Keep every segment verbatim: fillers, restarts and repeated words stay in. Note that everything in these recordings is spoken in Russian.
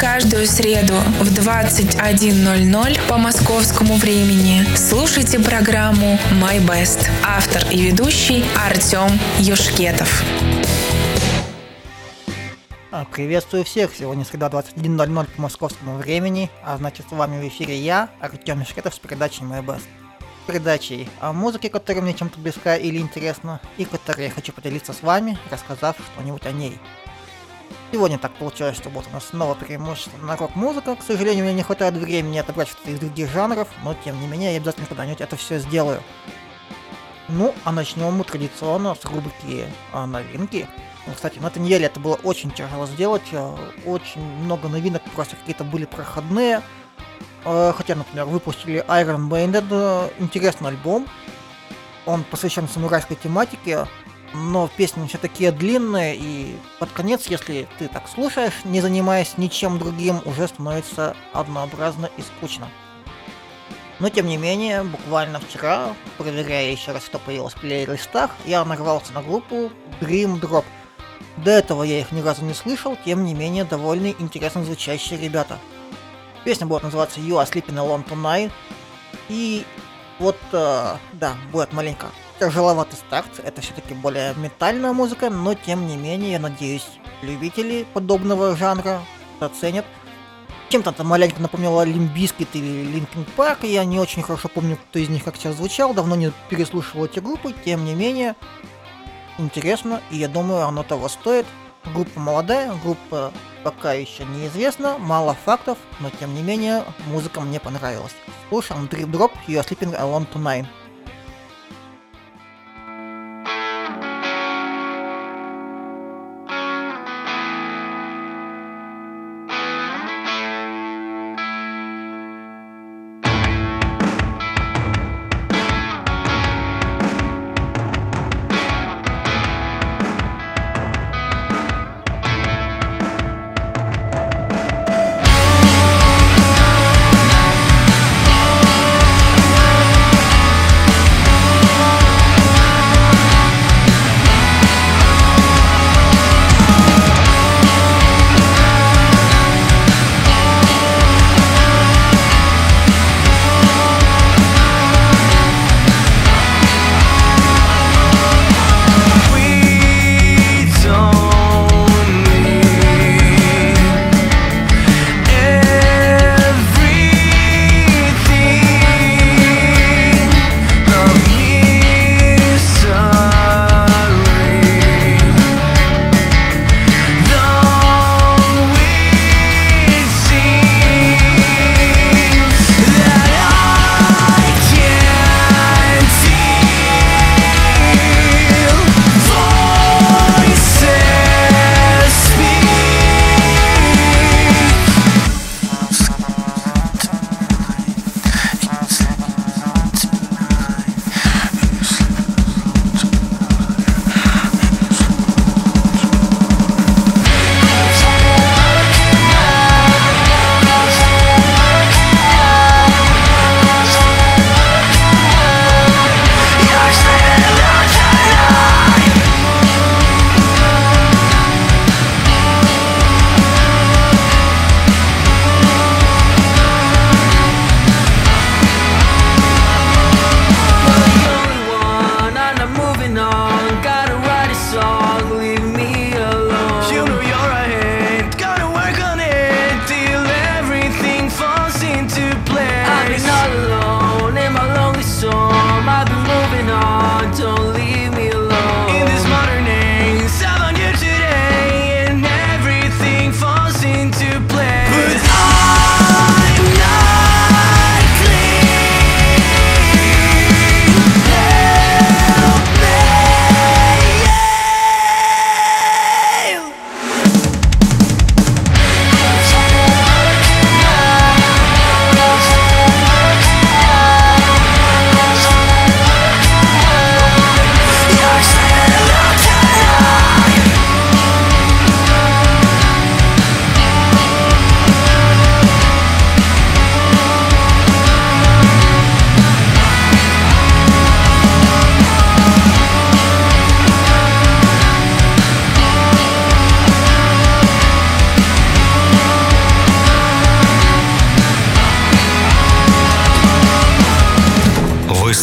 каждую среду в двадцать один ноль ноль по московскому времени слушайте программу «My Best». Автор и ведущий Артем Юшкетов. Приветствую всех! Сегодня среда двадцать один ноль ноль по московскому времени, а значит с вами в эфире я, Артем Юшкетов, с передачей My Best. Передачей о музыке, которая мне чем-то близка или интересна, и которой я хочу поделиться с вами, рассказав что-нибудь о ней. Сегодня так получилось, что вот у нас снова преимущественно на рок-музыка. К сожалению, мне не хватает времени отобрать что-то из других жанров, но тем не менее я обязательно когда-нибудь это все сделаю. Ну, а начнем мы традиционно с рубрики а, новинки. Ну, кстати, на этой неделе это было очень тяжело сделать, очень много новинок просто какие-то были проходные. Хотя, например, выпустили Iron Maiden, интересный альбом. Он посвящен самурайской тематике, но песни все такие длинные, и под конец, если ты так слушаешь, не занимаясь ничем другим, уже становится однообразно и скучно. Но тем не менее, буквально вчера, проверяя еще раз, что появилось в плейлистах, я нарвался на группу Grim Drop. До этого я их ни разу не слышал, тем не менее, довольно интересно звучащие ребята. Песня будет называться You Are Sleeping Alone Tonight. И вот, э, да, будет маленько тяжеловатый старт, это все-таки более метальная музыка, но тем не менее, я надеюсь, любители подобного жанра оценят. Чем-то это маленько напомнило Limp Bizkit или Linkin Park, я не очень хорошо помню, кто из них как сейчас звучал, давно не переслушивал эти группы, тем не менее, интересно, и я думаю, оно того стоит. Группа молодая, группа пока еще неизвестна, мало фактов, но тем не менее, музыка мне понравилась. Слушаем Grim Drop, You Are Sleeping Alone Tonight.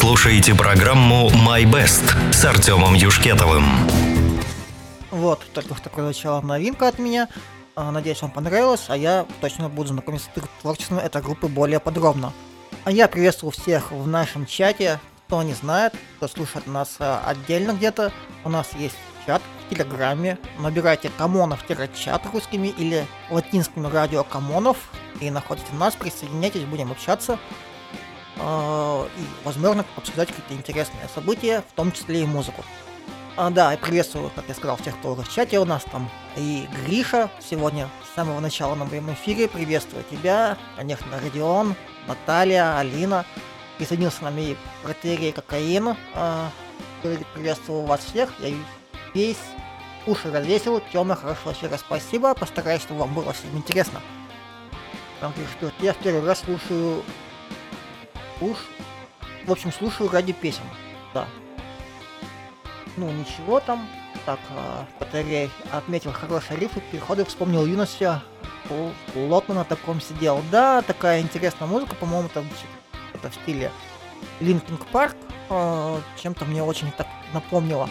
слушаете программу My Best с Артемом Юшкетовым. Вот, только что прозвучала новинка от меня. Надеюсь, вам понравилось, а я точно буду знакомиться с творчеством этой группы более подробно. А я приветствую всех в нашем чате. Кто не знает, кто слушает нас отдельно где-то, у нас есть чат в Телеграме. Набирайте Комонов-чат русскими или латинскими радио Комонов и находите нас, присоединяйтесь, будем общаться. И, возможно, обсуждать какие-то интересные события, в том числе и музыку. А, да, и приветствую, как я сказал, всех, кто уже в чате у нас там. И Гриша сегодня с самого начала на моем эфире. Приветствую тебя, конечно, Родион, Наталья, Алина. Присоединился на мои протерии Кокаин. А, приветствую вас всех. Я весь уши развесил. Тёма, хорошего вечера, спасибо. Постараюсь, чтобы вам было всем интересно. Там пишут, я в первый раз слушаю... Уж... В общем, слушаю ради песен. Да. Ну, ничего там. Так, батарей отметил хорошие рифы, переходы, вспомнил юность. Плотно на таком сидел. Да, такая интересная музыка, по-моему, там это в стиле Linkin Park. Чем-то мне очень так напомнило.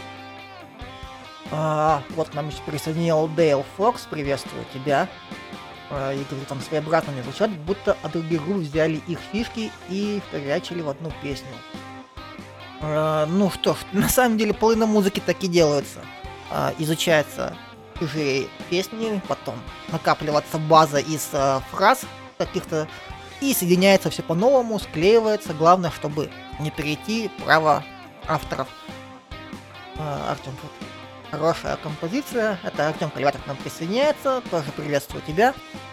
А, вот к нам еще присоединил Дейл Фокс, приветствую тебя. А, и говорю, там своеобразно не звучат, будто от других групп взяли их фишки и вторячили в одну песню. Uh, ну что ж, на самом деле половина музыки так и делается. Uh, изучаются чужие песни, потом накапливается база из uh, фраз каких-то, и соединяется все по-новому, склеивается. Главное, чтобы не перейти право авторов. Uh, Артем, хорошая композиция. Это Артем Кальватов к нам присоединяется. Тоже приветствую тебя.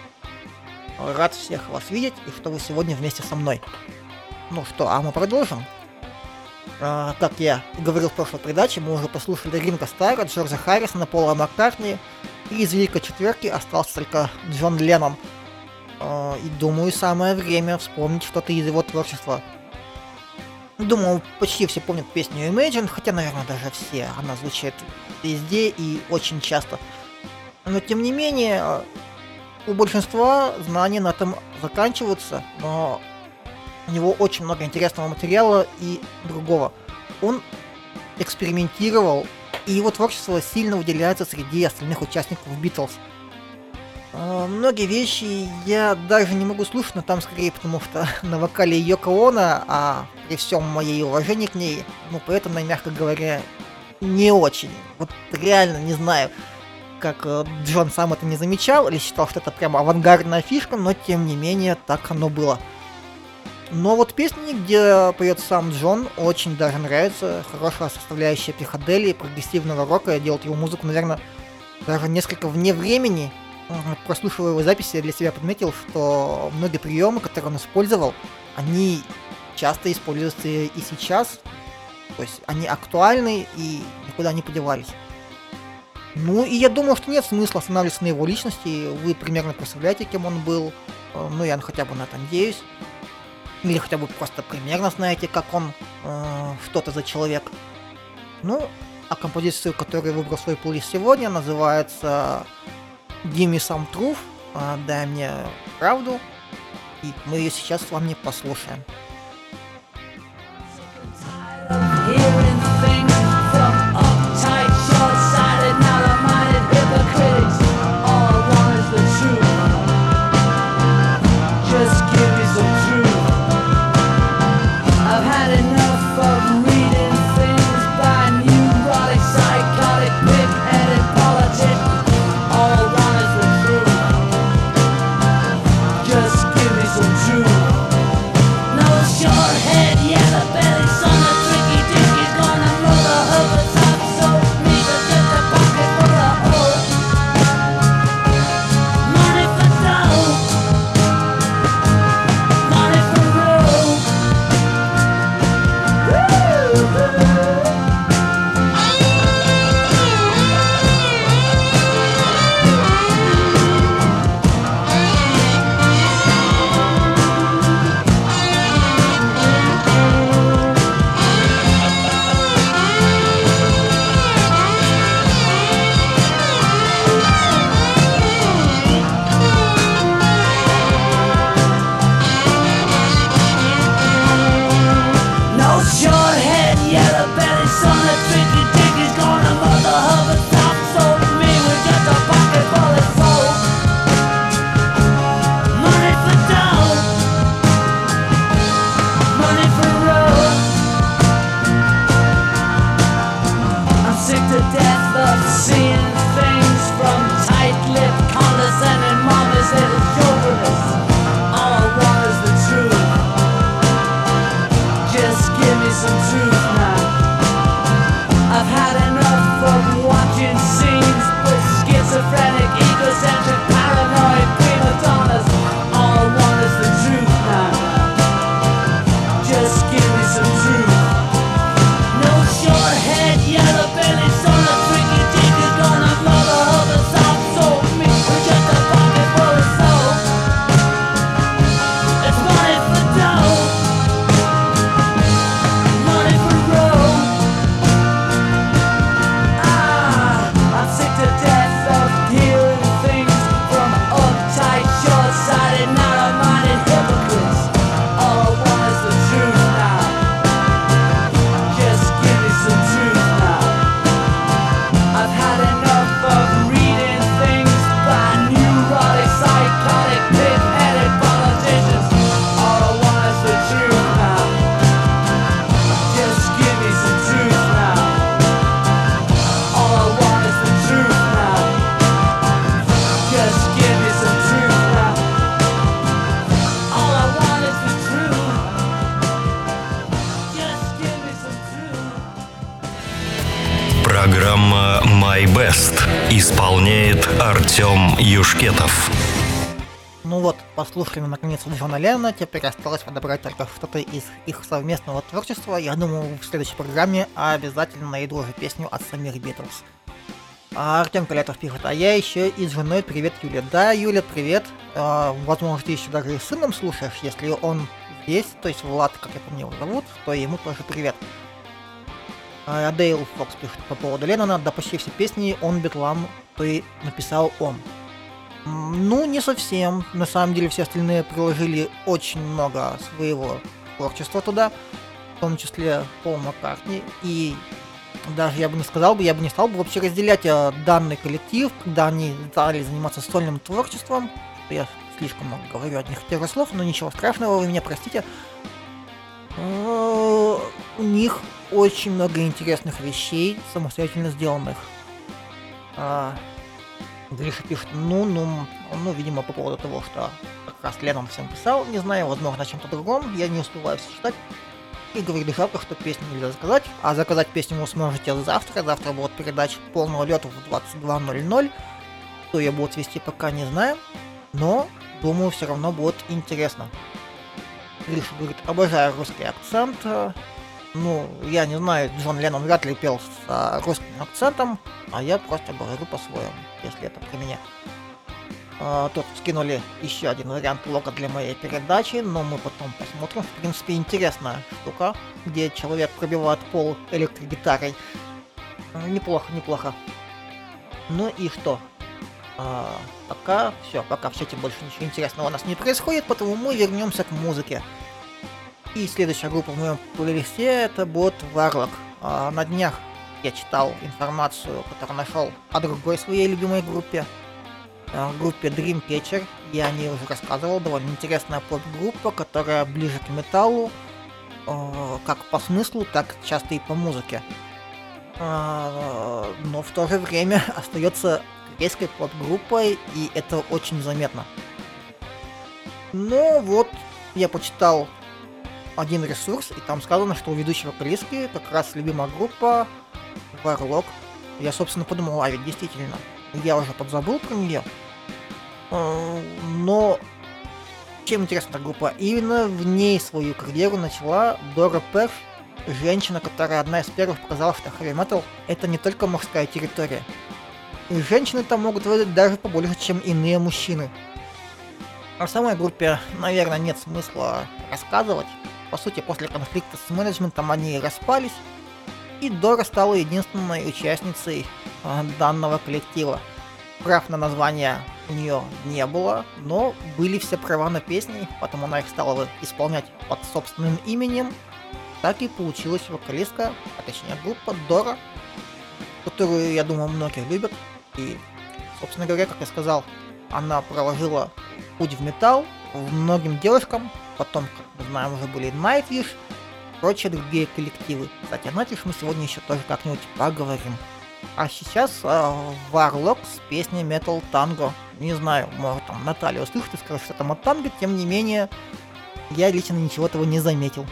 Рад всех вас видеть и что вы сегодня вместе со мной. Ну что, а мы продолжим. Uh, как я говорил в прошлой передаче, мы уже послушали Ринго Старра, Джорджа Харрисона, Пола Маккартни, и из Великой Четверки остался только Джон Леннон. Uh, и думаю, самое время вспомнить что-то из его творчества. Думаю, почти все помнят песню Imagine, хотя, наверное, даже все. Она звучит везде и очень часто. Но, тем не менее, у большинства знания на этом заканчиваются, но... У него очень много интересного материала и другого. Он экспериментировал, и его творчество сильно выделяется среди остальных участников Битлз. Э, многие вещи я даже не могу слушать, но там скорее потому, что на вокале Йоко Оно, а при всем моей уважении к ней, ну поэтому, мягко говоря, не очень. Вот реально не знаю, как Джон сам это не замечал, или считал, что это прямо авангардная фишка, но тем не менее так оно было. Но вот песни, где поет сам Джон, очень даже нравятся. Хорошая составляющая психоделии, прогрессивного рока. Делает его музыку, наверное, даже несколько вне времени. Прослушивая его записи, я для себя подметил, что многие приемы, которые он использовал, они часто используются и сейчас. То есть они актуальны и никуда не подевались. Ну и я думаю, что нет смысла останавливаться на его личности. Вы примерно представляете, кем он был. Ну я хотя бы на это надеюсь. Или хотя бы просто примерно знаете, как он, э, что это за человек. Ну, а композицию, которую я выбрал в свой плейлист сегодня, называется Give Me Some Truth, э, дай мне правду, и мы ее сейчас с вами послушаем. No Программа My Best. Исполняет Артем Юшкетов. Ну вот, послушали мы наконец Джона Леннона, теперь осталось подобрать только что-то из их совместного творчества. Я думаю, в следующей программе обязательно найду уже песню от самих Битлз. А Артем Калятов пишет, а я еще и с женой. Привет, Юля. Да, Юля, привет. А, возможно, ты еще даже и с сыном слушаешь. Если он здесь, то есть Влад, как я помню, его зовут, то ему тоже привет. А Дейл Фокс пишет по поводу Леннона, да почти все песни он битлам, то и написал он. Ну, не совсем. На самом деле все остальные приложили очень много своего творчества туда, в том числе Пол Маккартни. И даже я бы не сказал бы, я бы не стал бы вообще разделять а, данный коллектив, когда они стали заниматься сольным творчеством. Я слишком много говорю одних и тех же слов, но ничего страшного, вы меня простите. У них очень много интересных вещей, самостоятельно сделанных. А, Гриша пишет, ну, ну, ну, видимо, по поводу того, что как раз Леннон всем писал, не знаю, возможно, о чем-то другом, я не успеваю все читать. И говорит, жалко, что песню нельзя заказать, а заказать песню вы сможете завтра, завтра будет передача полного лета в двадцать два ноль ноль, что я буду вести, пока не знаю, но, думаю, все равно будет интересно. Гриша говорит, обожаю русский акцент. Ну, я не знаю, Джон Леннон вряд ли пел с а, русским акцентом, а я просто говорю по-своему, если это про меня. А, тут скинули еще один вариант лога для моей передачи, но мы потом посмотрим. В принципе, интересная штука, где человек пробивает пол электрогитарой. Неплохо, неплохо. Ну и что? А, пока все, пока в чате больше ничего интересного у нас не происходит, потому мы вернемся к музыке. И следующая группа в моем плейлисте это будет Warlock. А, на днях я читал информацию, которую нашел о другой своей любимой группе, а, группе Dreamcatcher. Я о ней уже рассказывал, довольно интересная поп-группа, которая ближе к металлу, а, как по смыслу, так часто и по музыке. А, но в то же время остается корейской поп-группой, и это очень заметно. Ну вот, я почитал один ресурс, и там сказано, что у ведущего вокалистки как раз любимая группа Warlock. Я, собственно, подумал, а ведь действительно, я уже подзабыл про нее. Но чем интересна эта группа? Именно в ней свою карьеру начала Дора Перш, женщина, которая одна из первых показала, что heavy metal это не только мужская территория. И женщины там могут выдать даже побольше, чем иные мужчины. О самой группе, наверное, нет смысла рассказывать. По сути, после конфликта с менеджментом они распались, и Дора стала единственной участницей э, данного коллектива. Прав на название у нее не было, но были все права на песни, потому она их стала исполнять под собственным именем. Так и получилась вокалистка, а точнее группа Дора, которую, я думаю, многие любят. И, собственно говоря, как я сказал, она проложила путь в металл многим девушкам. Потом, как мы знаем, уже были Nightwish и прочие другие коллективы. Кстати, о Nightwish мы сегодня еще тоже как-нибудь поговорим. А сейчас э, Warlock с песней Metal Tango. Не знаю, может там Наталья услышит и скажет, что там от танго. Тем не менее, я лично ничего этого не заметил.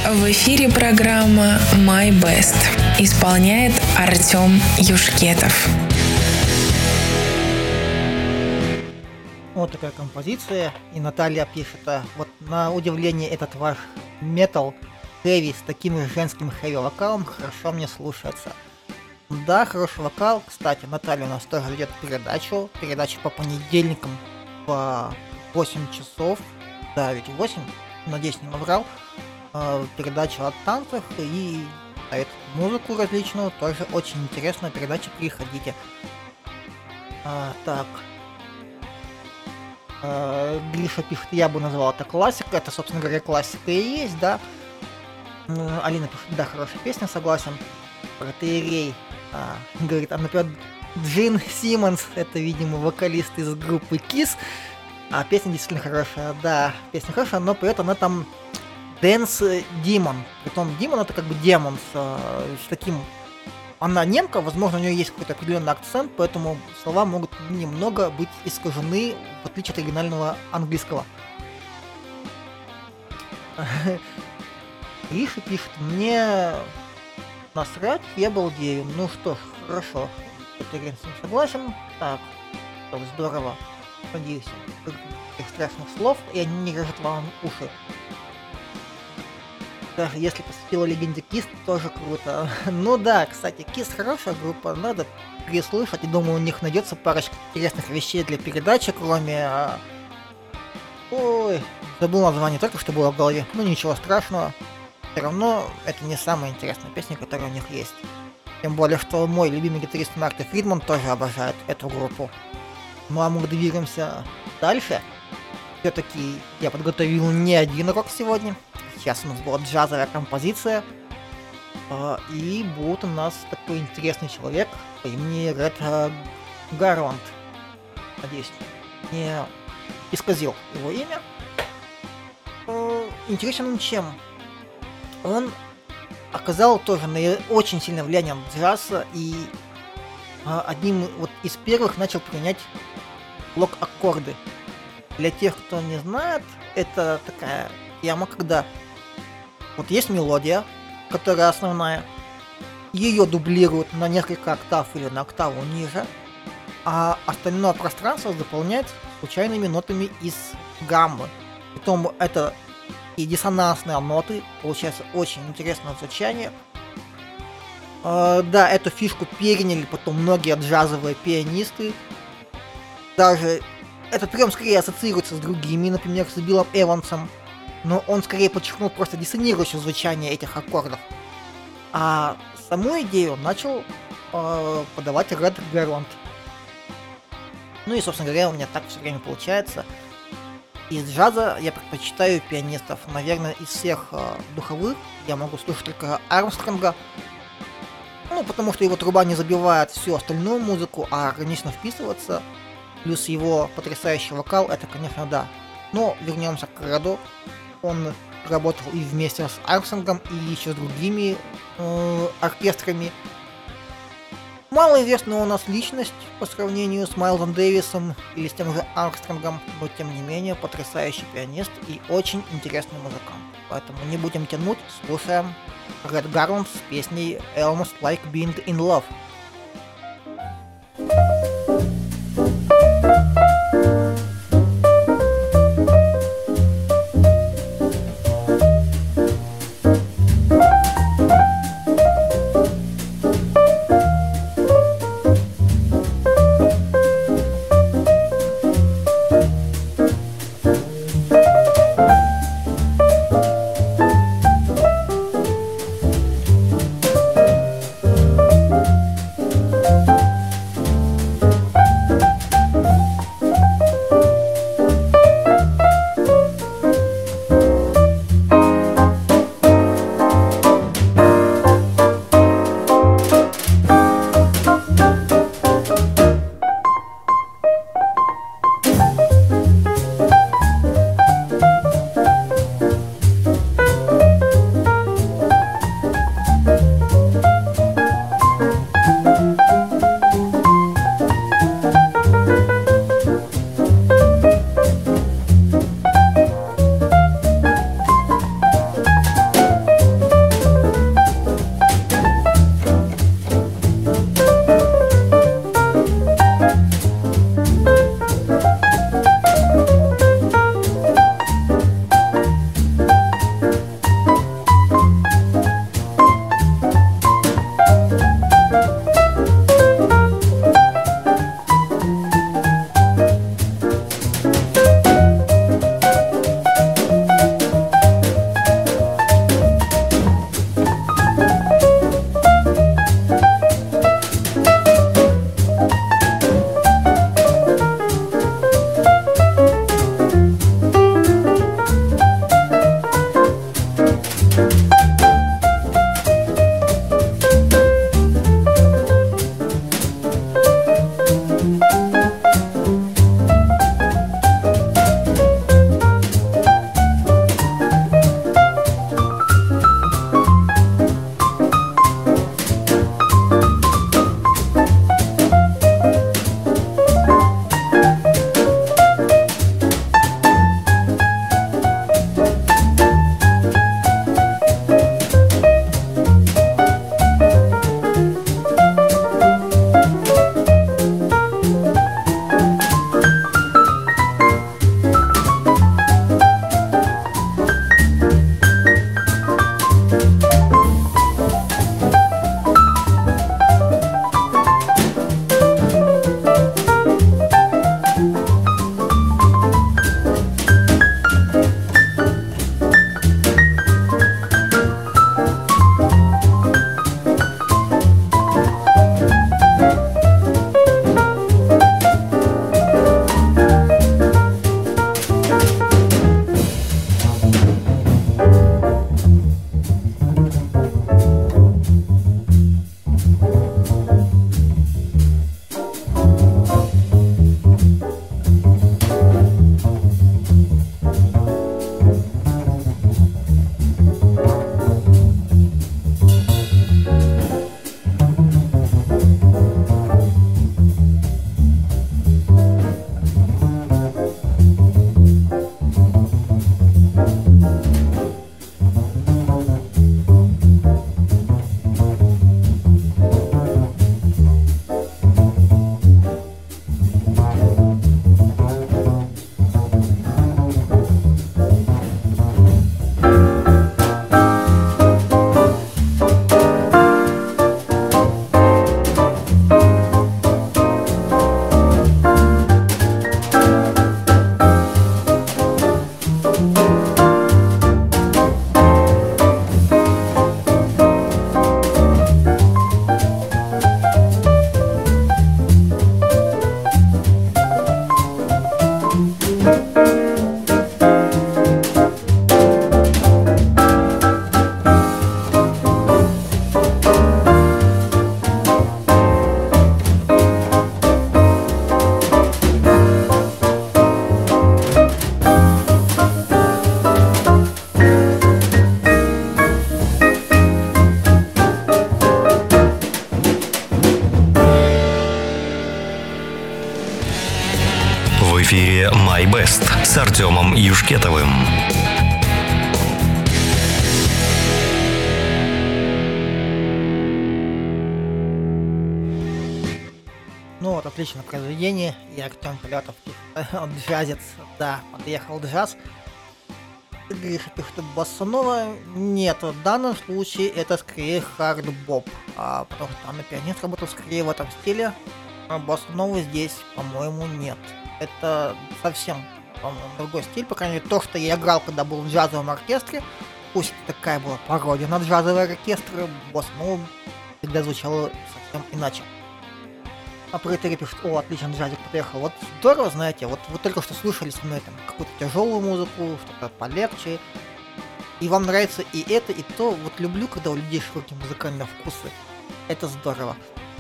В эфире программа My Best. Исполняет Артем Юшкетов. Вот такая композиция. И Наталья пишет, а вот на удивление этот ваш метал хэви с таким же женским хэви-вокалом хорошо мне слушается. Да, хороший вокал. Кстати, Наталья у нас тоже ведет передачу. Передача по понедельникам по восемь часов. Да, ведь восемь. Надеюсь, не наврал. Передача о танцах и ставит музыку различную. Тоже очень интересная передача. Приходите. А, так. А, Гриша пишет, я бы назвал это классика. Это, собственно говоря, классика и есть, да. Алина пишет, да, хорошая песня, согласен. Протоиерей. А, говорит, а, например, Джин Симмонс, это, видимо, вокалист из группы Kiss. А песня действительно хорошая, да, песня хорошая, но при этом она там Dance Demon. Притом Demon это как бы демон с, с таким... Она немка, возможно, у нее есть какой-то определенный акцент, поэтому слова могут немного быть искажены, в отличие от оригинального английского. Гриша пишет, мне насрать, я балдею. Ну что ж, хорошо. Это я с ним согласен. Так, здорово. Надеюсь, этих страшных слов, и они не режут вам уши. Даже если посвятила легенде Kiss, тоже круто. Ну да, кстати, Kiss хорошая группа, надо переслушать, и думаю, у них найдется парочка интересных вещей для передачи, кроме... Ой, забыл название, только что было в голове. Ну ничего страшного. Все равно это не самая интересная песня, которая у них есть. Тем более, что мой любимый гитарист Марти Фридман тоже обожает эту группу. Ну а мы двигаемся дальше. Все-таки я подготовил не один рок сегодня. Сейчас у нас была джазовая композиция. И будет у нас такой интересный человек по имени Ред Гарланд. Надеюсь, не исказил его имя. Интересен он чем? Он оказал тоже на очень сильное влияние на джаз и одним вот из первых начал применять блок-аккорды. Для тех, кто не знает, это такая тема, когда вот есть мелодия, которая основная, ее дублируют на несколько октав или на октаву ниже, а остальное пространство заполняется случайными нотами из гаммы. Потом это и диссонансные ноты, получается очень интересное звучание. Uh, да, эту фишку переняли потом многие джазовые пианисты. Даже этот прием скорее ассоциируется с другими, например, с Биллом Эвансом, но он скорее подчеркнул просто диссонирующее звучание этих аккордов. А саму идею начал uh, подавать Ред Гарланд. Ну и, собственно говоря, у меня так все время получается. Из джаза я предпочитаю пианистов. Наверное, из всех uh, духовых я могу слушать только Армстронга. Ну, потому что его труба не забивает всю остальную музыку, а органично вписываться. Плюс его потрясающий вокал, это, конечно, да. Но вернемся к Реду. Он работал и вместе с Армстронгом, и еще с другими э, оркестрами. Малоизвестная у нас личность по сравнению с Майлзом Дэвисом или с тем же Армстронгом, но тем не менее потрясающий пианист и очень интересный музыкант. Поэтому не будем тянуть, слушаем Ред Гарланд с песней Almost Like Being in Love. с Артемом Юшкетовым. Ну вот, отличное произведение. И Артем Полетов, он джазец, да, подъехал джаз. Гриша пишет боссанова. Нет, в данном случае это скорее хард-боп, а, потому что там и пианист работал скорее в этом стиле. А боссановы здесь, по-моему, нет. Это совсем, по-моему, другой стиль. По крайней мере, то, что я играл, когда был в джазовом оркестре, пусть такая была пародия на джазовый оркестр, боссанова всегда звучало совсем иначе. А про это пишет: о, отлично, джазик подъехал. Вот здорово, знаете, вот вы только что слышали со мной там какую-то тяжелую музыку, что-то полегче. И вам нравится и это, и то. Вот люблю, когда у людей широкие музыкальные вкусы. Это здорово.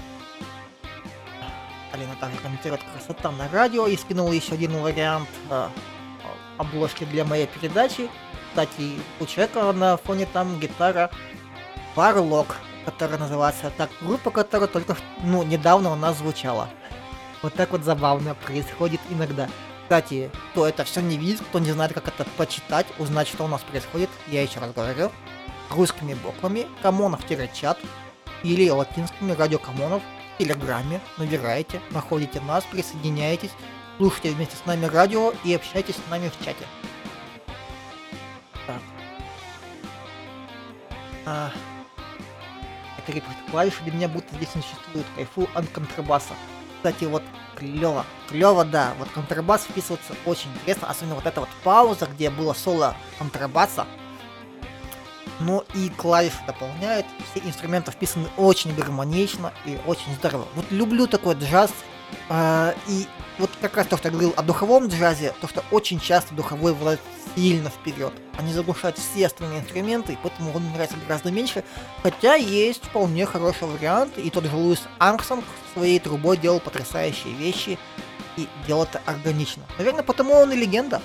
Алина также комментирует: красота на радио, и скинула еще один вариант э, обложки для моей передачи. Кстати, у человека на фоне там гитара Warlock, которая называется так, группа, которая только ну, недавно у нас звучала. Вот так вот забавно происходит иногда. Кстати, кто это все не видит, кто не знает, как это почитать, узнать, что у нас происходит, я еще раз говорю, русскими буквами, комонов-чат или латинскими радио Комонов в Телеграме, набираете, находите нас, присоединяетесь, слушайте вместе с нами радио и общайтесь с нами в чате. Так. А... Клавиши для меня будто здесь не существует. Кайфу от контрабаса. Кстати, вот клево. Клево, да. Вот контрабас вписывается очень интересно. Особенно вот эта вот пауза, где было соло контрабаса. Но и клавиши дополняют. Все инструменты вписаны очень гармонично и очень здорово. Вот люблю такой джаз. Э, и вот как раз то, что я говорил о духовом джазе, то, что очень часто духовой вылазит сильно вперед. Они заглушают все остальные инструменты, и поэтому он нравится гораздо меньше. Хотя есть вполне хороший вариант, и тот же Луис Армстронг своей трубой делал потрясающие вещи, и делал это органично. Наверное, потому он и легенда.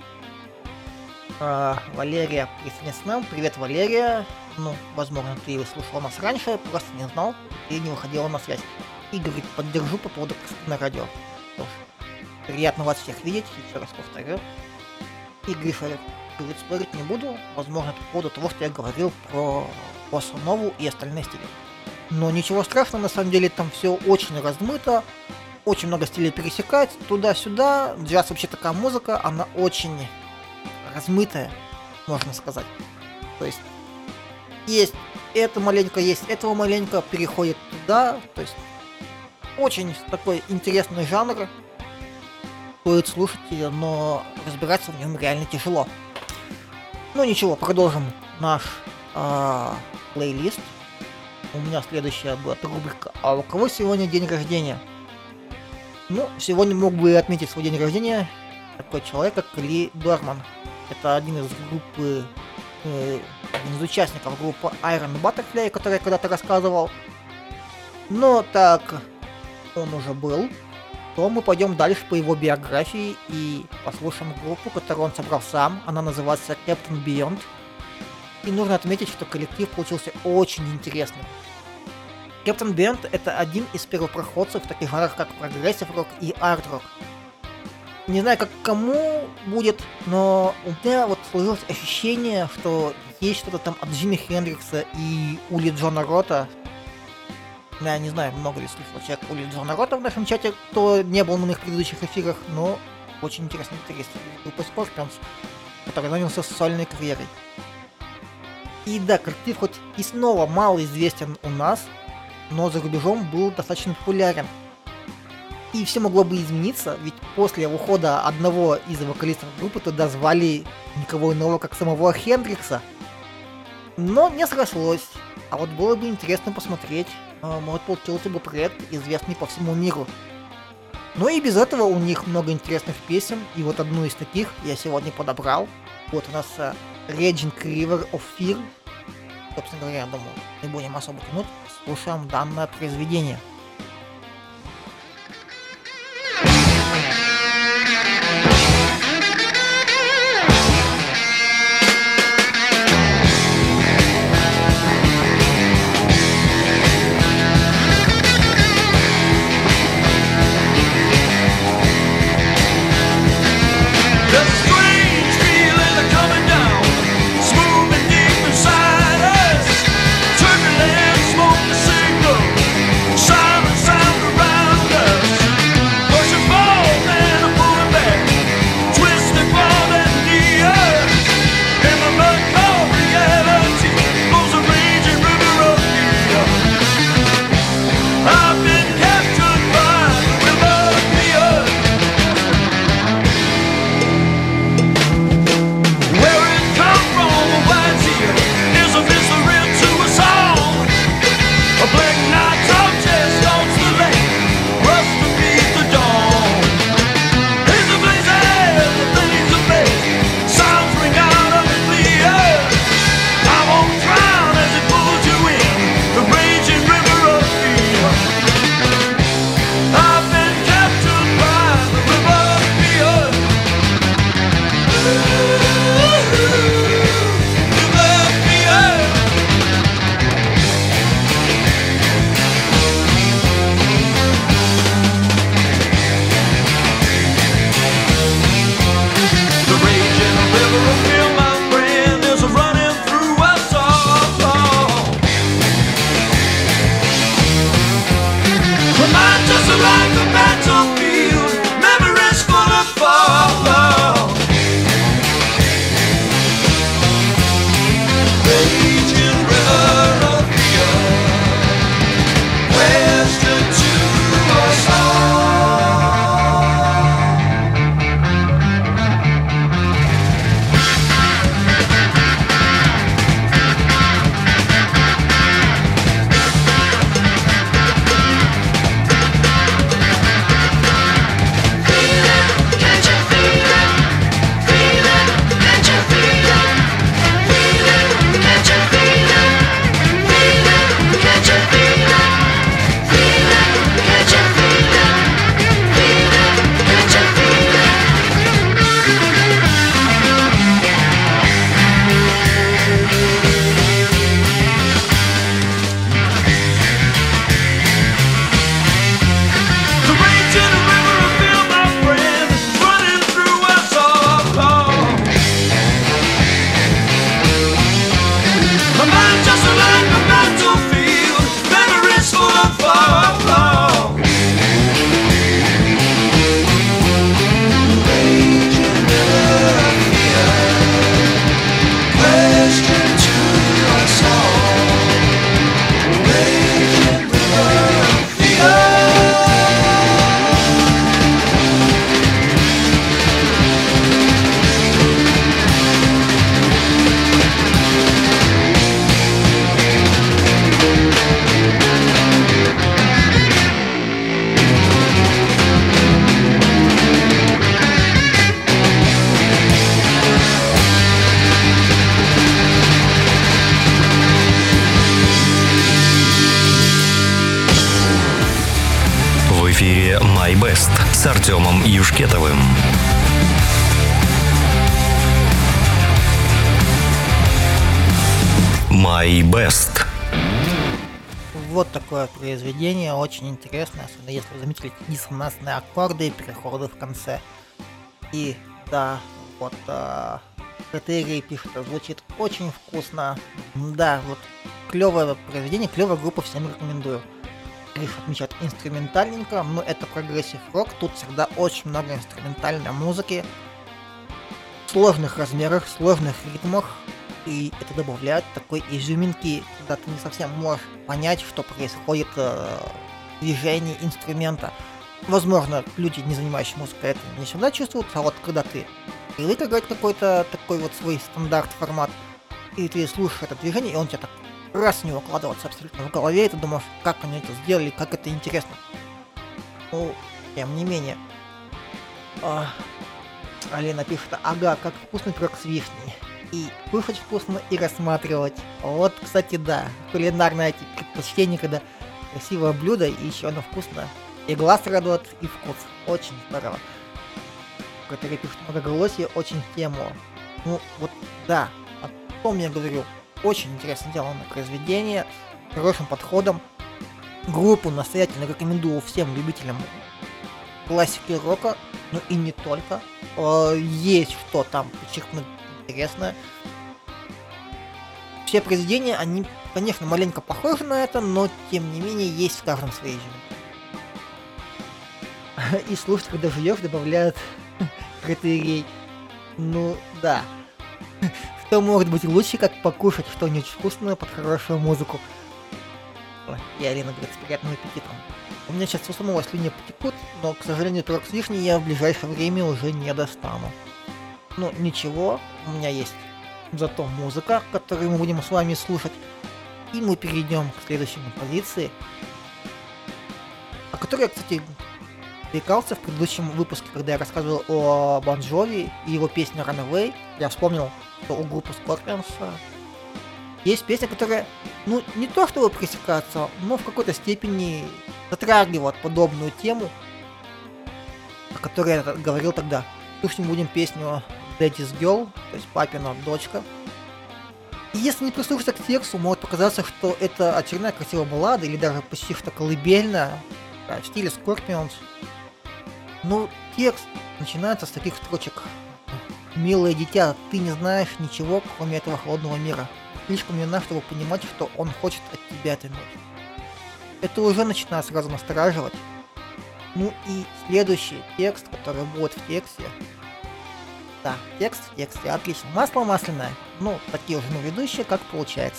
А, Валерия присоединится к нам. Привет, Валерия. Ну, возможно, ты слушала нас раньше, просто не знал, и не выходила на связь. И говорит: поддержу по поводу красоты на радио. Что ж, приятно вас всех видеть, еще раз повторю. И Гриша говорит: спорить не буду, возможно, по поводу того, что я говорил про боссанову и остальные стили. Но ничего страшного, на самом деле там все очень размыто, очень много стилей пересекается, туда-сюда. Джаз вообще такая музыка, она очень размытая, можно сказать. То есть есть это маленько, есть этого маленько, переходит туда, то есть очень такой интересный жанр. Стоит слушать ее, но разбираться в нем реально тяжело. Ну ничего, продолжим наш э, плейлист. У меня следующая будет рубрика: а у кого сегодня день рождения? Ну, сегодня мог бы отметить свой день рождения такой человек, как Ли Дорман. Это один из группы, э, один из участников группы Iron Butterfly, о которой я когда-то рассказывал. Но так он уже был, то мы пойдем дальше по его биографии и послушаем группу, которую он собрал сам. Она называется Captain Beyond. И нужно отметить, что коллектив получился очень интересным. Captain Beyond — это один из первопроходцев в таких жанрах, как прогрессив рок и арт-рок. Не знаю, как кому будет, но у меня вот сложилось ощущение, что есть что-то там от Джимми Хендрикса и Ули Джона Рота. Я не знаю, много ли слышал человек Ули Джона Рота в нашем чате, кто не был на моих предыдущих эфирах, но очень интересный гитарист группы Scorpions, который занялся сольной карьерой. И да, коллектив хоть и снова мало известен у нас, но за рубежом был достаточно популярен. И все могло бы измениться, ведь после ухода одного из вокалистов группы туда звали никого иного, как самого Хендрикса. Но не срослось. А вот было бы интересно посмотреть, может, получился бы проект, известный по всему миру. Но и без этого у них много интересных песен, и вот одну из таких я сегодня подобрал. Вот у нас Raging River of Fear. Собственно говоря, я думаю, не будем особо тянуть, слушаем данное произведение. The My Best с Артемом Юшкетовым. My Best. Вот такое произведение, очень интересное, особенно если вы заметили диссонансные аккорды и переходы в конце. И да, вот а, Критерий пишет, звучит очень вкусно. Да, вот клевое произведение, клевая группа, всем рекомендую. Лишь отмечать инструментальненько, но это прогрессив рок, тут всегда очень много инструментальной музыки, в сложных размерах, сложных ритмах, и это добавляет такой изюминки, когда ты не совсем можешь понять, что происходит э, в движении инструмента. Возможно, люди, не занимающиеся музыкой, это не всегда чувствуют, а вот когда ты привык играть какой-то такой вот свой стандарт формат, и ты слушаешь это движение, и он тебя так раз не укладывается абсолютно в голове, и ты думаешь, как они это сделали, как это интересно. Ну, тем не менее. А, Алина пишет, ага, как вкусный пирог с вишней. И кушать вкусно, и рассматривать. Вот, кстати, да, кулинарные эти предпочтения, когда красивое блюдо, и еще оно вкусно. И глаз радует, и вкус. Очень здорово. Который пишет многоголосие, очень в тему. Ну, вот, да, о том я говорю. Очень интересно сделанное произведение, с хорошим подходом. Группу настоятельно рекомендую всем любителям классики рока, но и не только. Есть что там подчеркнуть интересное. Все произведения, они, конечно, маленько похожи на это, но тем не менее есть в каждом свои же. И слушать, когда жуешь, добавляют критерий. Ну да. Что может быть лучше, как покушать что-нибудь вкусное под хорошую музыку. Ой, и Алина говорит, с приятным аппетитом. У меня сейчас у самого слюни потекут, но, к сожалению, пирог с вишней я в ближайшее время уже не достану. Ну, ничего, у меня есть зато музыка, которую мы будем с вами слушать. И мы перейдем к следующей позиции, о которой я, кстати, рекался в предыдущем выпуске, когда я рассказывал о Бон Джови и его песне Runaway. Я вспомнил, что у группы Scorpions есть песня, которая, ну, не то чтобы пресекаться, но в какой-то степени затрагивает подобную тему, о которой я говорил тогда. Слушать будем песню Daddy's Girl, то есть папина дочка. И если не прислушаться к тексту, может показаться, что это очередная красивая баллада или даже почти что колыбельная, да, в стиле Scorpions. Но текст начинается с таких строчек. «Милое дитя, ты не знаешь ничего, кроме этого холодного мира. Слишком юна, чтобы понимать, что он хочет от тебя этой ночью». Это уже начинает сразу настораживать. Ну и следующий текст, который будет в тексте. Да, текст в тексте, отлично. Масло масляное. Ну, такие уже ну, ведущие, как получается.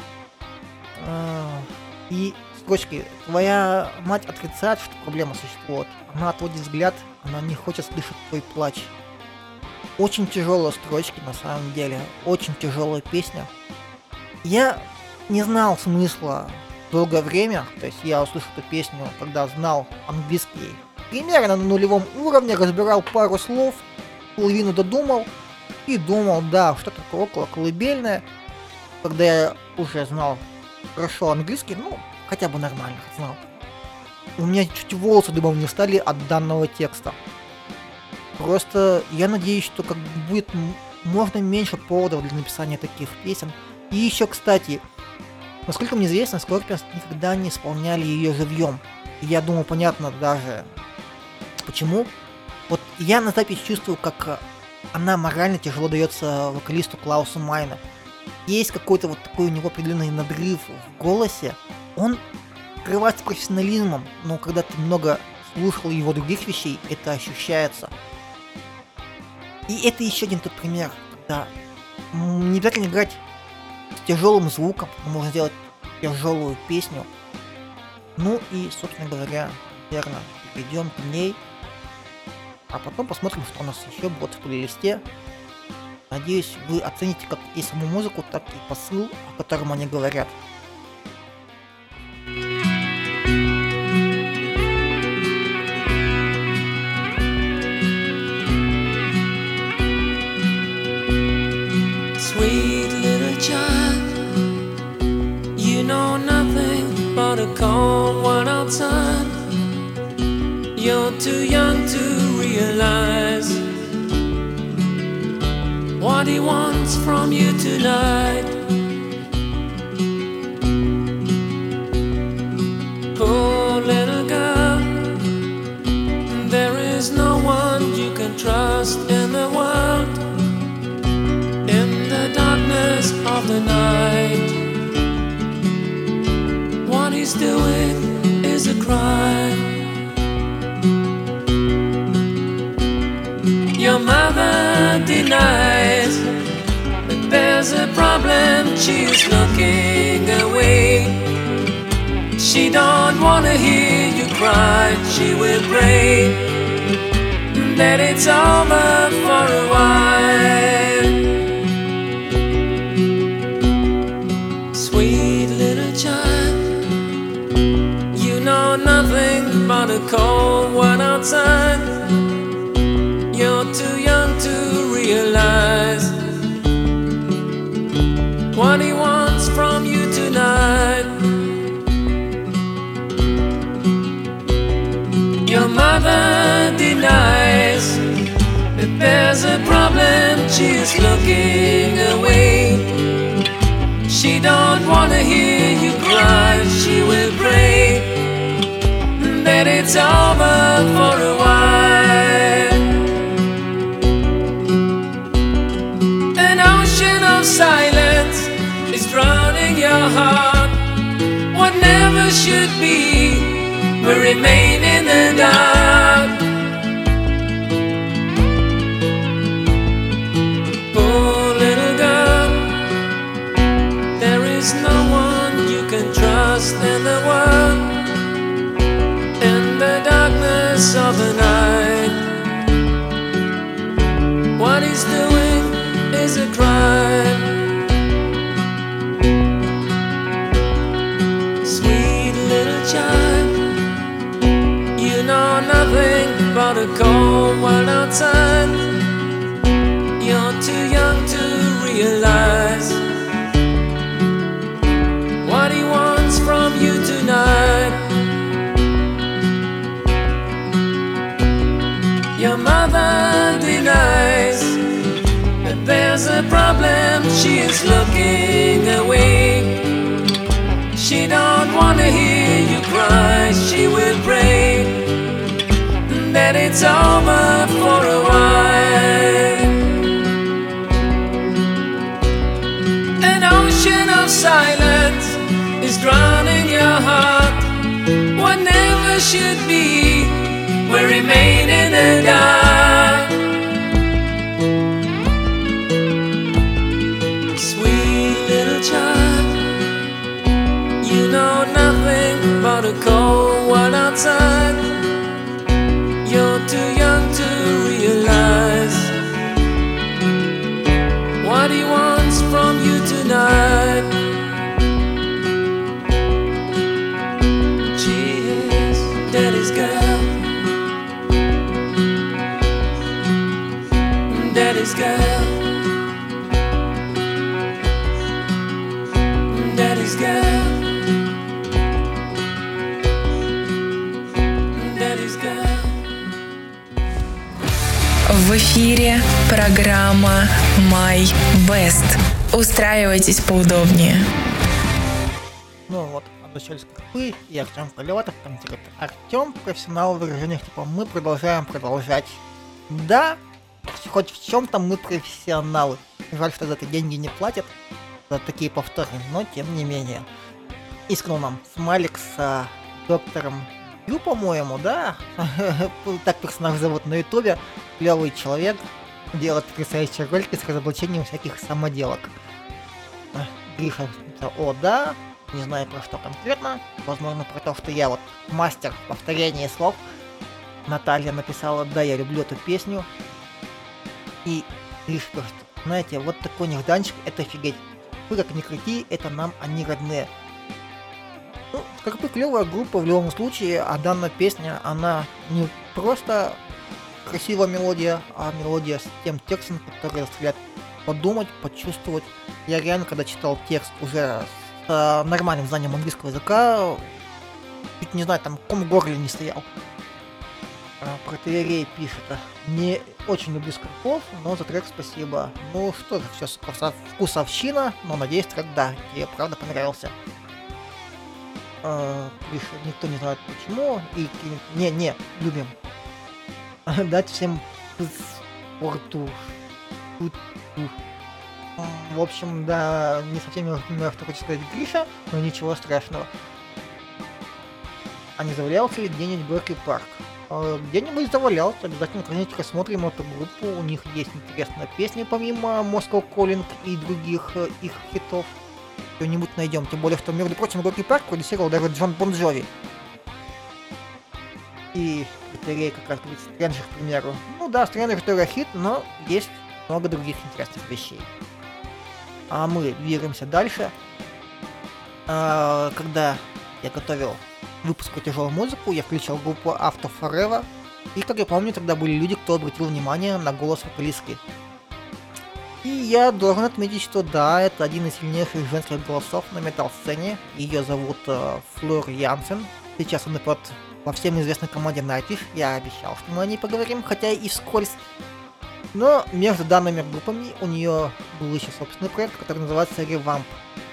И строчки. Твоя мать отрицает, что проблема существует. Она отводит взгляд, она не хочет слышать твой плач. Очень тяжелые строчки на самом деле. Очень тяжелая песня. Я не знал смысла долгое время. То есть я услышал эту песню, когда знал английский примерно на нулевом уровне, разбирал пару слов, половину додумал и думал, да, что такое около колыбельное. Когда я уже знал хорошо английский, ну, хотя бы нормально знал. У меня чуть волосы дыбом не стали от данного текста. Просто я надеюсь, что как будет можно меньше поводов для написания таких песен. И еще, кстати, насколько мне известно, Scorpions никогда не исполняли ее живьем. И я думаю, понятно даже почему. Вот я на запись чувствую, как она морально тяжело дается вокалисту Клаусу Майну. Есть какой-то вот такой у него определенный надрыв в голосе. Он скрывается профессионализмом, но когда ты много слушал его других вещей, это ощущается. И это еще один тот пример, когда не обязательно играть с тяжелым звуком, можно сделать тяжелую песню. Ну и, собственно говоря, наверное, перейдем к ней, а потом посмотрим, что у нас еще будет в плейлисте. Надеюсь, вы оцените как и саму музыку, так и посыл, о котором они говорят. Sweet little child, you know nothing but a cold world outside. You're too young to realize what he wants from you tonight. Poor little girl, there is no one you can trust in the world. In the darkness of the night, what he's doing is a crime. Your mother denies that there's a problem, she's looking away. She don't wanna hear you cry, she will pray that it's over for a while. Sweet little child, you know nothing but a cold world outside. You're too young to realize what he wants from you tonight. Your mother denies that there's a problem, she's looking away. She don't wanna hear you cry, she will pray that it's over for a while. An ocean of silence is drowning your heart. What never should be will remain in the dark. Poor little girl, there is no one you can trust in the world. In the darkness of the night, what he's doing is a crime. Sweet little child, you know nothing but a cold world outside. You're too young to realize what he wants from you tonight. Your mother denies There's a problem, she is looking away. She don't wanna hear you cry. She will pray that it's over for a while. An ocean of silence is drowning your heart. What never should be will remain in the dark. Sweet little child, you know nothing about a cold world outside. You're too young to realize what he wants from you tonight. She is daddy's girl, daddy's girl, daddy's girl, daddy's girl. В эфире программа My Best. Устраивайтесь поудобнее. Ну вот, отзвучали скрипы, и Артем Полеватов, комментирует Артем, профессионал в выражениях типа «мы продолжаем продолжать». Да, хоть в чем-то мы профессионалы. Жаль, что за это деньги не платят, за такие повторы, но тем не менее. Искренне нам смайлик с доктором Ю, по-моему, да? Так персонаж зовут на ютубе. Клевый человек, делает потрясающие ролики с разоблачением всяких самоделок. Гриша, о да, не знаю про что конкретно, возможно про то, что я вот мастер повторения слов. Наталья написала, да, я люблю эту песню. И Гриша пишет, знаете, вот такой нежданчик, это офигеть. Вы как ни крути, это нам они родные. Ну, как бы клевая группа в любом случае, а данная песня, она не просто красивая мелодия, а мелодия с тем текстом, который заставляет подумать, почувствовать. Я реально, когда читал текст уже с э, нормальным знанием английского языка, чуть не знаю, там ком в горле не стоял. А, Протеерей пишет, не очень люблю скрипов, но за трек спасибо. Ну что же, все вкусовщина, но надеюсь, трек, да, тебе правда понравился. Uh, пишет, никто не знает почему, и не-не, любим. Дать всем спорту. В общем, да, не совсем я понимаю, что хочет сказать Гриша, но ничего страшного. А не завалялся ли где-нибудь Беркли Парк? Uh, где-нибудь завалялся, обязательно когда-нибудь рассмотрим эту группу, у них есть интересная песня помимо Moscow Calling и других uh, их хитов. Что-нибудь найдем, тем более, что, между прочим, Беркли Парк продюсировал даже Джон Бон Джови. И Батарея как раз говорит Стрэнджер, к примеру. Ну да, Стрэнджер тоже хит, но есть много других интересных вещей. А мы двигаемся дальше. А, когда я готовил выпуск про тяжелую музыку, я включал группу After Forever. И, как я помню, тогда были люди, кто обратил внимание на голос вокалистки. И я должен отметить, что да, это один из сильнейших женских голосов на метал-сцене. Ее зовут э, Флор Янсен. Сейчас он идет во всем известной команде Nightwish. Я обещал, что мы о ней поговорим, хотя и вскользь. Но между данными группами у нее был еще собственный проект, который называется Revamp.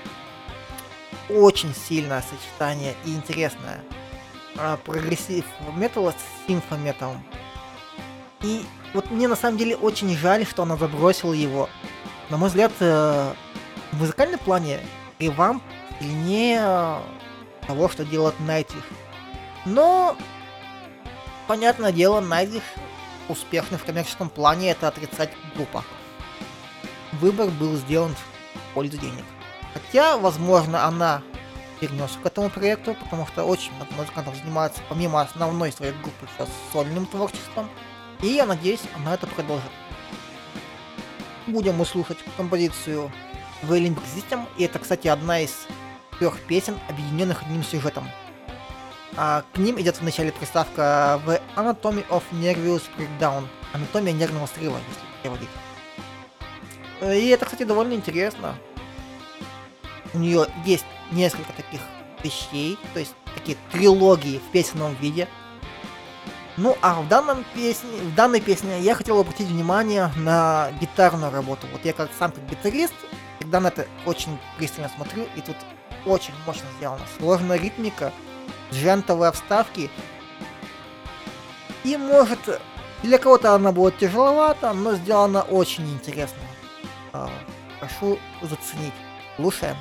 Очень сильное сочетание и интересное. Э, прогрессив металла с симфометалом. И вот мне на самом деле очень жаль, что она забросила его. На мой взгляд, в музыкальном плане Revamp сильнее того, что делает Nightwish. Но, понятное дело, Nightwish успешный в коммерческом плане, это отрицать глупо. Выбор был сделан в пользу денег. Хотя, возможно, она вернется к этому проекту, потому что очень много музыкантов занимается помимо основной своей группы сейчас сольным творчеством. И я надеюсь, она это продолжит. Будем мы слушать композицию Wailing System, и это, кстати, одна из трех песен, объединенных одним сюжетом. А к ним идет в начале приставка The Anatomy of Nervous Breakdown, анатомия нервного срыва, если переводить. И это, кстати, довольно интересно. У нее есть несколько таких вещей, то есть такие трилогии в песенном виде. Ну, а в, данном песне, в данной песне я хотел обратить внимание на гитарную работу. Вот я как сам как гитарист всегда на это очень пристально смотрю, и тут очень мощно сделано. Сложная ритмика, джентовые вставки. И может, для кого-то она будет тяжеловата, но сделана очень интересно. Прошу заценить. Слушаем.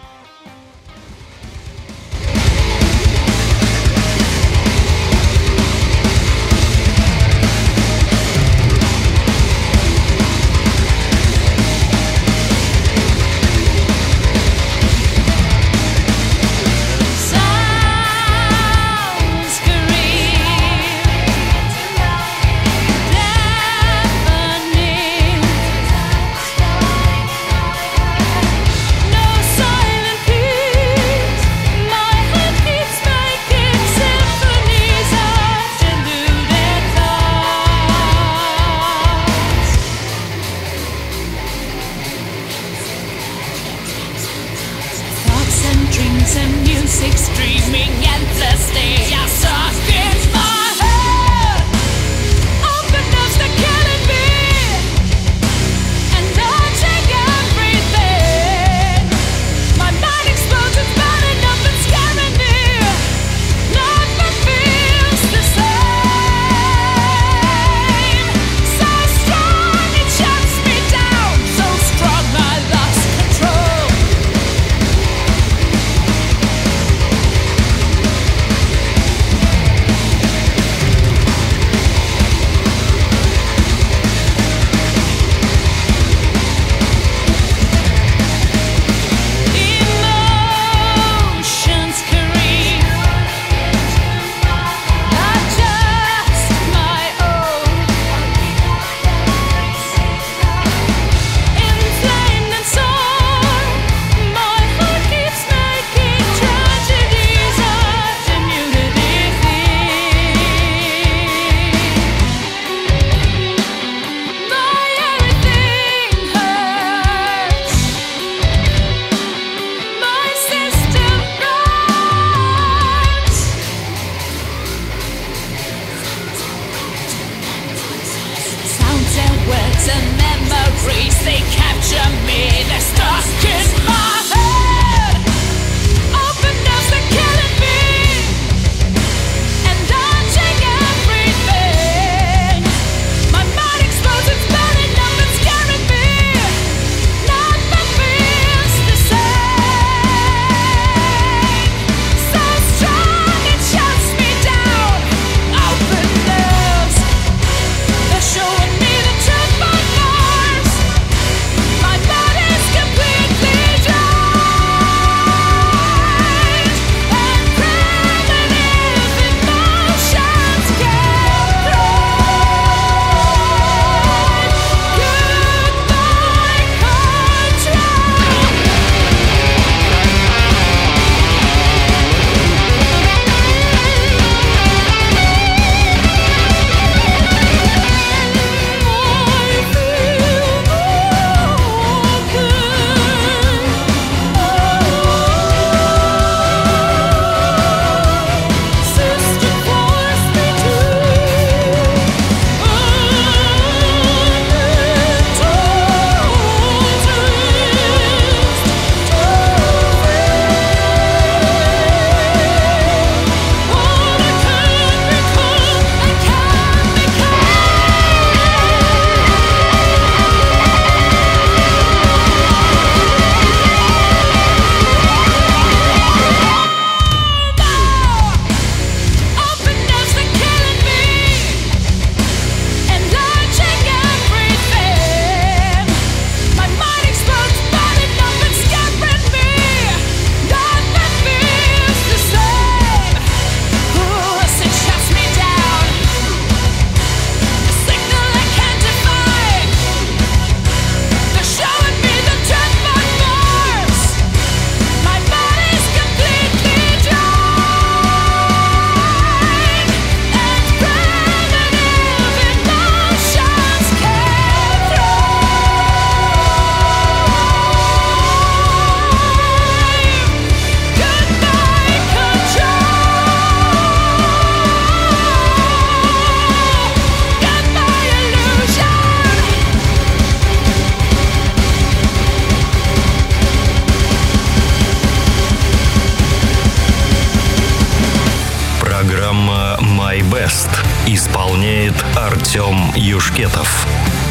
Артем Юшкетов.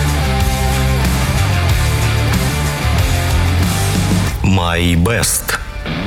My Best.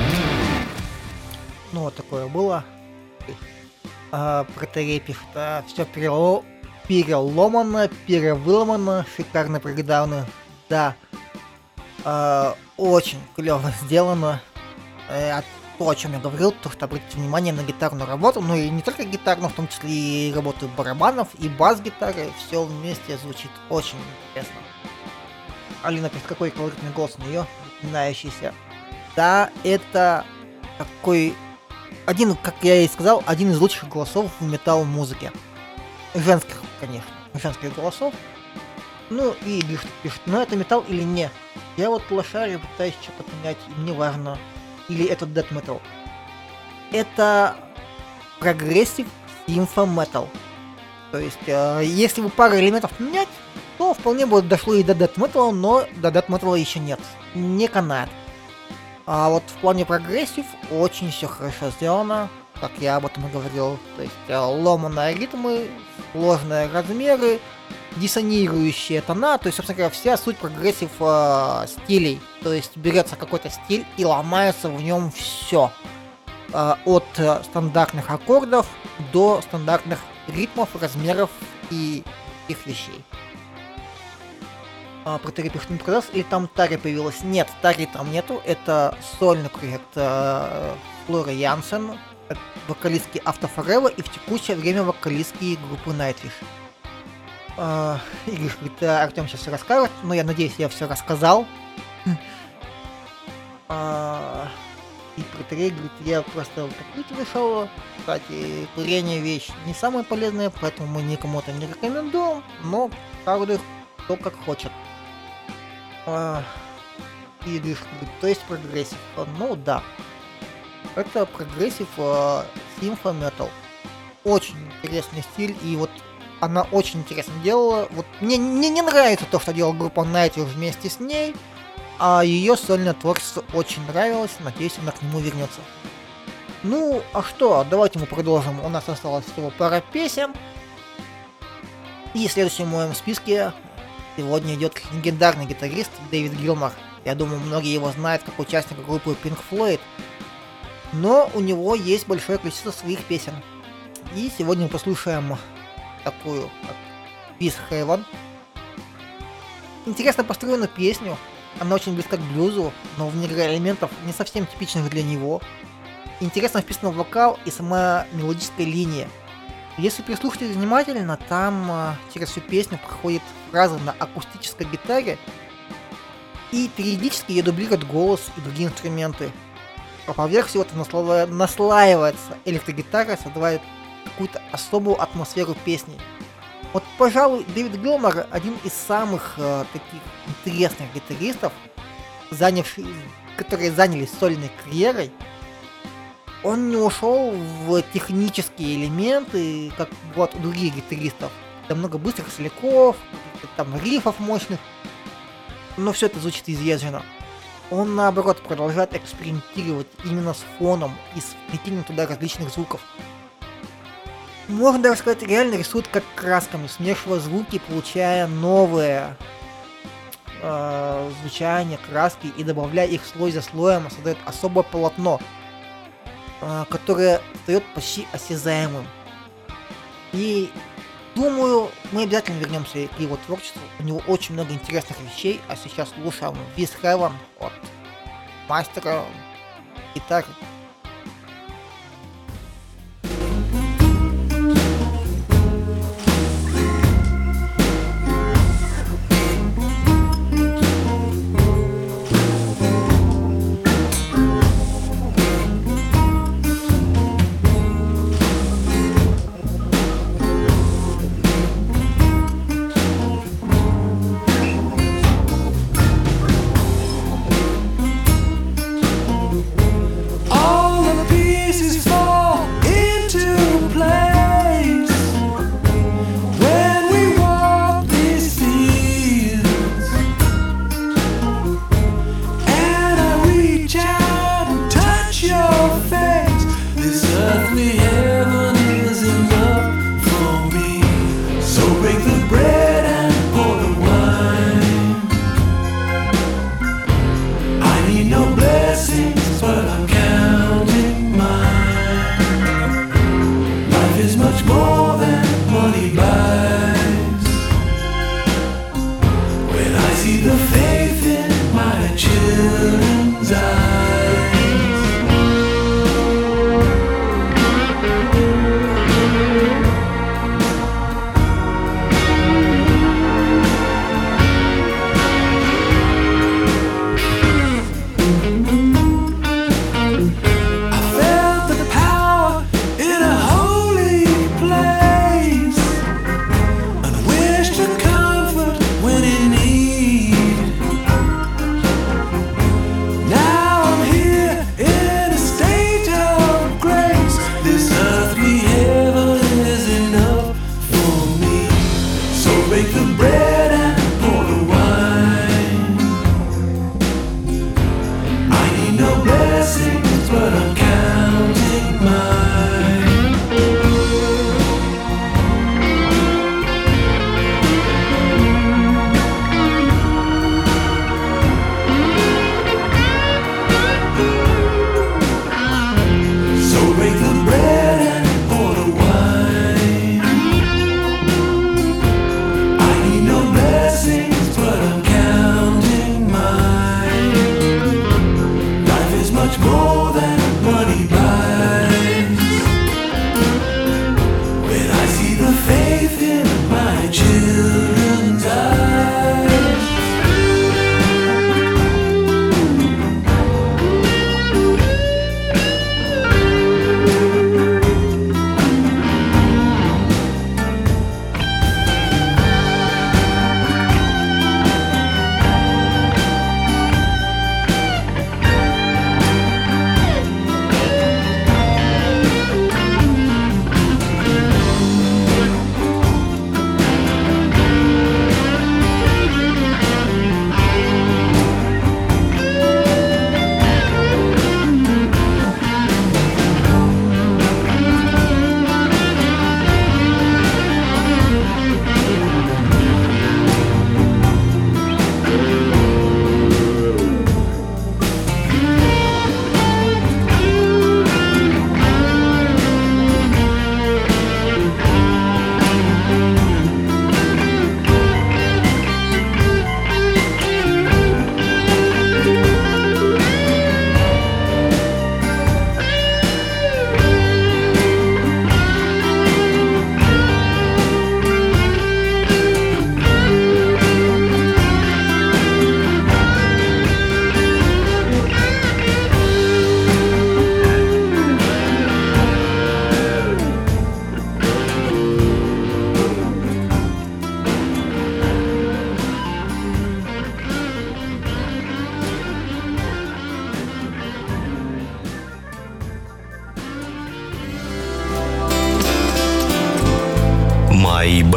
Ну, вот такое было. А, Протерей пишет, а, все перело... переломано, перевыломано, шикарно прогидавно. Да. А, очень клево сделано. А, то, о чем я говорил, то, что обратите внимание на гитарную работу, ну и не только гитарную, в том числе и работу барабанов, и бас-гитары, все вместе звучит очень интересно. Алина пишет, какой колоритный голос у нее, начинающийся. Да, это такой, один, как я и сказал, один из лучших голосов в метал-музыке. Женских, конечно, женских голосов. Ну и пишет, ну это металл или не? Я вот лошарю, пытаюсь что-то понять, и мне важно, или это death metal. Это прогрессив симфо metal. То есть, э, если бы пару элементов менять, то вполне бы дошло и до death metal, но до death metal еще нет. Не канает. А вот в плане прогрессив очень все хорошо сделано, как я об этом и говорил. То есть, э, ломаные ритмы, сложные размеры, диссонирующие тона, то есть, собственно говоря, вся суть прогрессив э, стилей. То есть берется какой-то стиль и ломается в нем все. Э, от э, стандартных аккордов до стандартных ритмов, размеров и их вещей. А, про Тари пишет, не показалось, или там Тари появилась? Нет, Тари там нету, это сольный проект э, Флоры Янсен, вокалистки After Forever и в текущее время вокалистки группы Nightwish. Uh, Игорь говорит, Артем сейчас все расскажет, но я надеюсь, я все рассказал. uh, И про Тарей говорит, я просто покурить вышел. Кстати, курение вещь не самая полезная, поэтому мы никому это не рекомендуем, но каждый кто как хочет. uh, И Игорь говорит, то есть прогрессив. Ну да, это прогрессив симфо метал. Очень интересный стиль, и вот она очень интересно делала. Вот мне, мне не нравится то, что делала группа Nightwish вместе с ней, а ее сольное творчество очень нравилось. Надеюсь, она к нему вернется. Ну, а что, давайте мы продолжим. У нас осталось всего пара песен. И следующим в моем списке сегодня идет легендарный гитарист Дэвид Гилмор. Я думаю, многие его знают как участника группы Pink Floyd. Но у него есть большое количество своих песен. И сегодня мы послушаем такую, как Peace Heaven. Интересно построена песню. Она очень близка к блюзу, но в ней элементов не совсем типичных для него. Интересно вписан вокал и сама мелодическая линия. Если прислушаться внимательно, там а, через всю песню проходит фраза на акустической гитаре, и периодически ее дублирует голос и другие инструменты. А поверх всего это наслаивается, наслаивается электрогитара, создавая какую-то особую атмосферу песни. Вот, пожалуй, Дэвид Гилмор один из самых э, таких интересных гитаристов, занявший, которые занялись сольной карьерой. Он не ушел в технические элементы, как вот у других гитаристов. Там много быстрых сляков, там рифов мощных, но все это звучит изъезженно. Он, наоборот, продолжает экспериментировать именно с фоном и с вплетением туда различных звуков. Можно даже сказать, реально рисует как красками, смешивая звуки, получая новые э, звучания, краски и добавляя их слой за слоем, создает особое полотно, э, которое стает почти осязаемым. И думаю, мы обязательно вернемся к его творчеству. У него очень много интересных вещей, а сейчас слушаем Peace Heaven от мастера гитары. All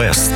Best.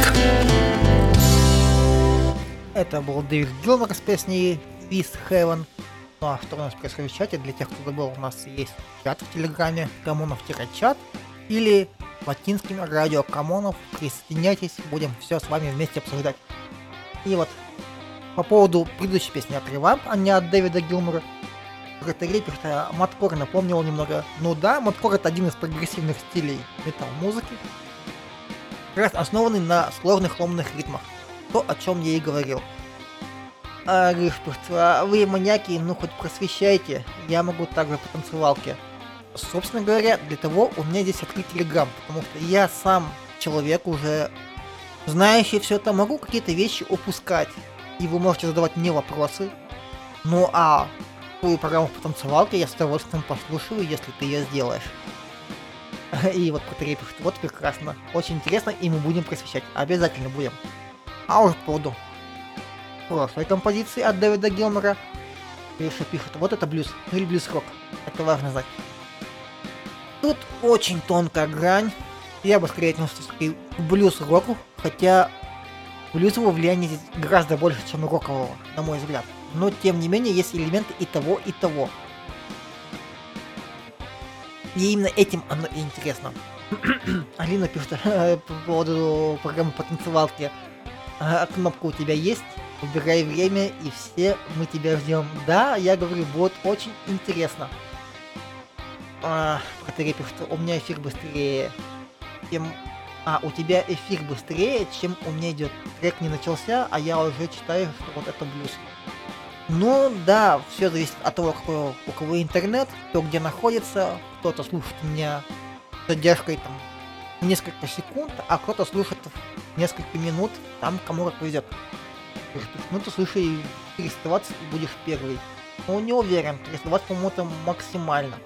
Это был Дэвид Гилмор с песней With Heaven. Ну а что у нас происходит в чате? Для тех, кто забыл, у нас есть чат в Телеграме, Комонов-чат, или латинским радио Комонов. Присоединяйтесь, будем все с вами вместе обсуждать. И вот по поводу предыдущей песни от Ревамп, а не от Дэвида Гилмора. Вратарей, потому что маткор напомнил немного. Ну да, маткор — это один из прогрессивных стилей метал-музыки, как раз основанный на сложных ломных ритмах. То, о чем я и говорил. А, Гришпорт, а вы маньяки, ну хоть просвещайте, я могу также по танцевалке. Собственно говоря, для того у меня здесь открыт Телеграм, потому что я сам человек уже знающий все это, могу какие-то вещи упускать. И вы можете задавать мне вопросы. Ну а твою программу по танцевалке я с удовольствием послушаю, если ты ее сделаешь. И вот Протерей пишет, вот прекрасно, очень интересно, и мы будем просвещать, обязательно будем. А уже по поводу прошлой композиции от Дэвида Гилмора, Гриша пишет, вот это блюз, или блюз-рок, это важно знать. Тут очень тонкая грань, я бы скорее отнесся к блюз-року, хотя блюзового влияния здесь гораздо больше, чем рокового, на мой взгляд. Но тем не менее есть элементы и того, и того. И именно этим оно и интересно. Алина пишет по поводу программы по танцевалке. А, кнопка у тебя есть, выбирай время, и все мы тебя ждем. Да, я говорю, будет очень интересно. А, Протерей пишет, у меня эфир быстрее, чем... А, у тебя эфир быстрее, чем у меня идет. Трек не начался, а я уже читаю, что вот это блюз. Ну да, все зависит от того, какой у кого интернет, кто где находится. Кто-то слушает меня с задержкой там несколько секунд, а кто-то слушает несколько минут, там кому как повезет. Ну ты слушай триста двадцать и будешь первый. Ну не уверен, триста двадцать, по-моему, это максимально.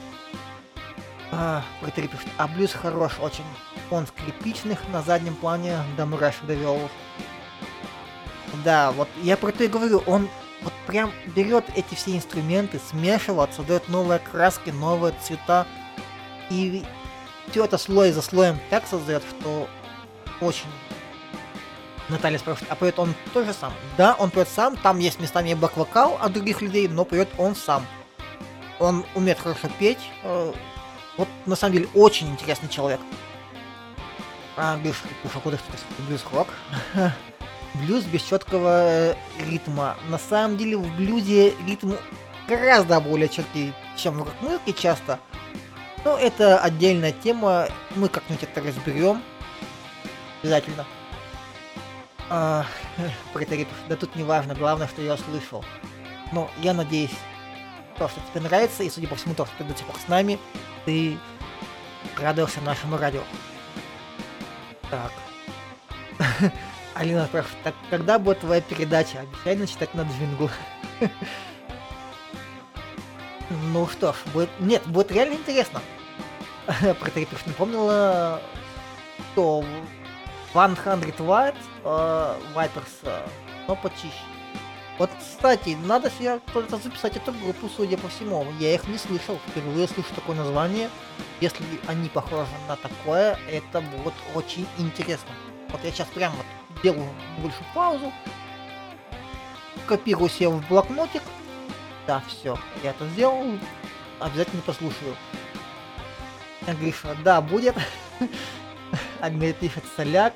А, пишет, а блюз хорош очень. Он скрипичных на заднем плане до мураш довел. Да, вот я про то и говорю, он вот прям берет эти все инструменты, смешивает, создает новые краски, новые цвета. И все это слой за слоем так создает, что очень... Наталья спрашивает, а поет он тоже сам? Да, он поет сам, там есть местами бэк-вокал от других людей, но поет он сам. Он умеет хорошо петь. Вот на самом деле очень интересный человек. А, блюз, куда что-то блюз-рок. Блюз без четкого ритма. На самом деле в блюзе ритм гораздо более четкий, чем в рок-музыке часто. Но это отдельная тема, мы как-нибудь это разберем. Обязательно. А, да тут не важно, главное, что я услышал. Но я надеюсь, то, что тебе нравится, и судя по всему, то, что ты до сих пор с нами, ты радовался нашему радио. Так. Алина спрашивает, так когда будет твоя передача? Обещай начитать на джингл. Ну что ж, будет... Нет, будет реально интересно. Протерипиш напомнила, что сто White, uh, Vipers, uh, но почище. Вот, кстати, надо себе кто-то записать эту группу, судя по всему. Я их не слышал, впервые слышу такое название. Если они похожи на такое, это будет очень интересно. Вот я сейчас прямо вот делаю небольшую паузу, копирую себе в блокнотик. Да, все, я это сделал, обязательно послушаю. Гриша, да, будет. Агния пишет соляк.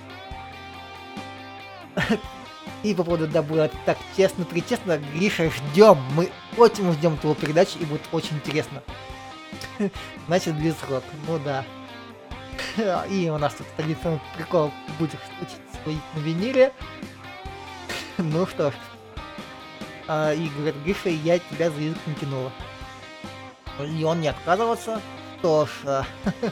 И по поводу да будет так честно, причестно, Гриша, ждем, мы очень ждем твою передачу и будет очень интересно. Значит, близ-рок, ну да. И у нас тут традиционный прикол, будешь учить своих на виниле. Ну что ж. А, и говорит, Гриша, я тебя за язык не тянула. И он не отказывается. Что ж.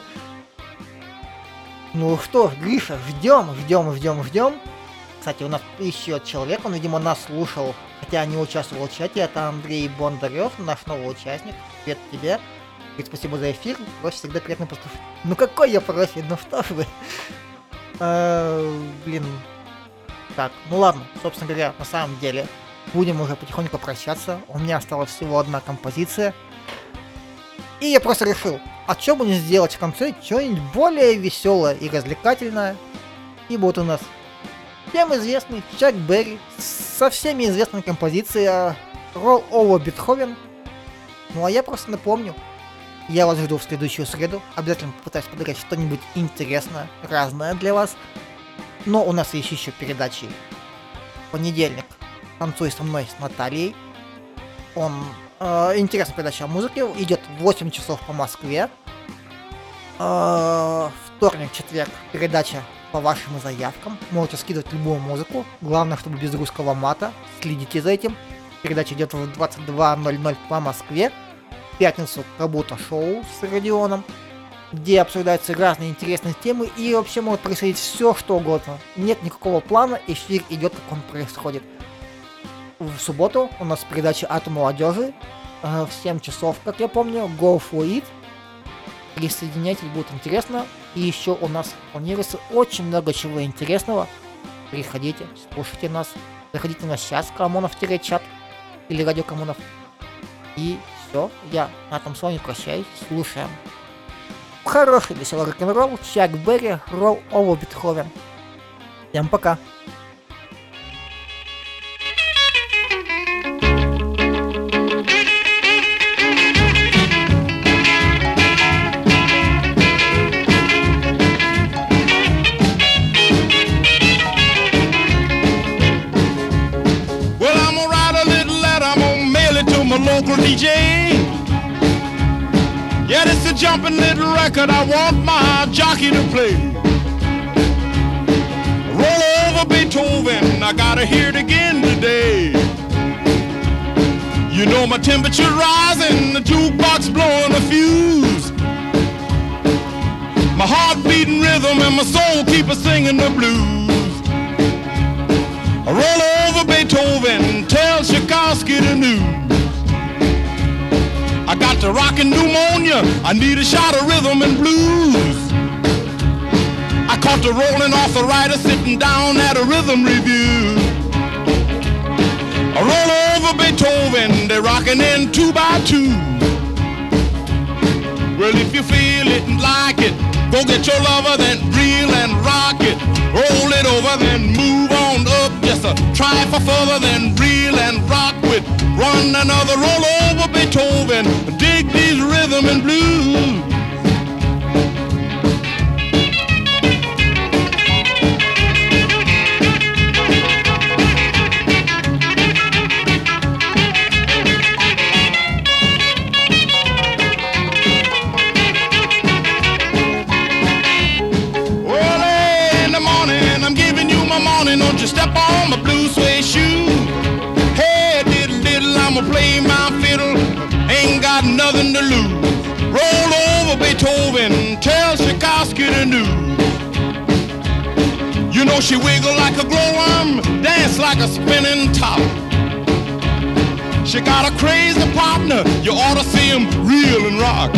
Ну что ж, Гриша, ждем, ждем, ждем, ждем. Кстати, у нас еще человек, он, видимо, нас слушал, хотя не участвовал в чате, это Андрей Бондарев, наш новый участник. Привет тебе. Говорит, спасибо за эфир, проще всегда приятно послушать. Ну какой я профи, ну что ж вы. А, блин. Так, ну ладно, собственно говоря, на самом деле, будем уже потихоньку прощаться. У меня осталась всего одна композиция. И я просто решил, а что бы не сделать в конце что-нибудь более веселое и развлекательное. И вот у нас всем известный Чак Берри со всеми известной композицией Roll Over Beethoven. Ну а я просто напомню, я вас жду в следующую среду. Обязательно попытаюсь подыграть что-нибудь интересное, разное для вас. Но у нас есть еще передачи. Понедельник. Танцуй со мной с Натальей. Он э, интересная передача о музыке. Идет в восемь часов по Москве. Э, вторник, четверг. Передача по вашим заявкам. Можете скидывать любую музыку. Главное, чтобы без русского мата. Следите за этим. Передача идет в двадцать два ноль ноль по Москве. В пятницу Работа шоу с Родионом, где обсуждаются разные интересные темы и вообще может происходить все, что угодно. Нет никакого плана, эфир идет, как он происходит. В субботу у нас передача от молодежи э, в семь часов, как я помню, Go For It. Присоединяйтесь, будет интересно. И еще у нас планируется очень много чего интересного. Приходите, слушайте нас. Заходите на сейчас, Коммунов-чат или Радио Коммунов. И все, я на этом с вами прощаюсь, слушаем хороший веселый рок-н-ролл, Чак Берри, Roll Over Beethoven. Всем пока! Local D J. Yeah, this is a jumping little record I want my jockey to play. Roll over Beethoven, I gotta hear it again today. You know my temperature rising, the jukebox blowing a fuse. My heart beating rhythm and my soul keep a singing the blues. Roll over Beethoven, tell Tchaikovsky the news. I got the rockin' pneumonia, I need a shot of rhythm and blues. I caught the rolling arthritis sitting down at a rhythm review. I roll over Beethoven, they're rockin' in two by two. Well, if you feel it and like it, go get your lover, then reel and rock it. Roll it over, then move on up, just a try for further, then reel and rock with. Run another roll over Beethoven, dig these rhythm and blues. Well, in the morning, I'm giving you my morning, don't you step on my blue suede shoe. I'ma play my fiddle, ain't got nothing to lose. Roll over Beethoven, tell Tchaikovsky the news. You know she wiggle like a glowworm, dance like a spinning top. She got a crazy partner, you ought to see him reel and rock.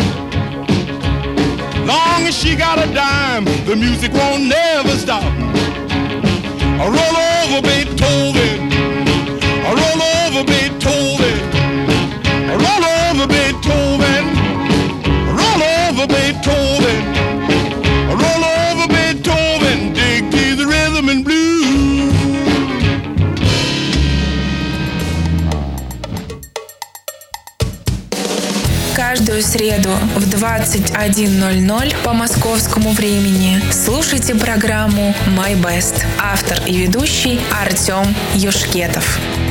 Long as she got a dime, the music won't never stop. I roll over Beethoven, I roll over Beethoven, I roll over Beethoven, I roll over Beethoven, I roll over Beethoven, dig to the rhythm and blues. Каждую среду в двадцать один ноль ноль по московскому времени слушайте программу My Best. Автор и ведущий Артем Юшкетов.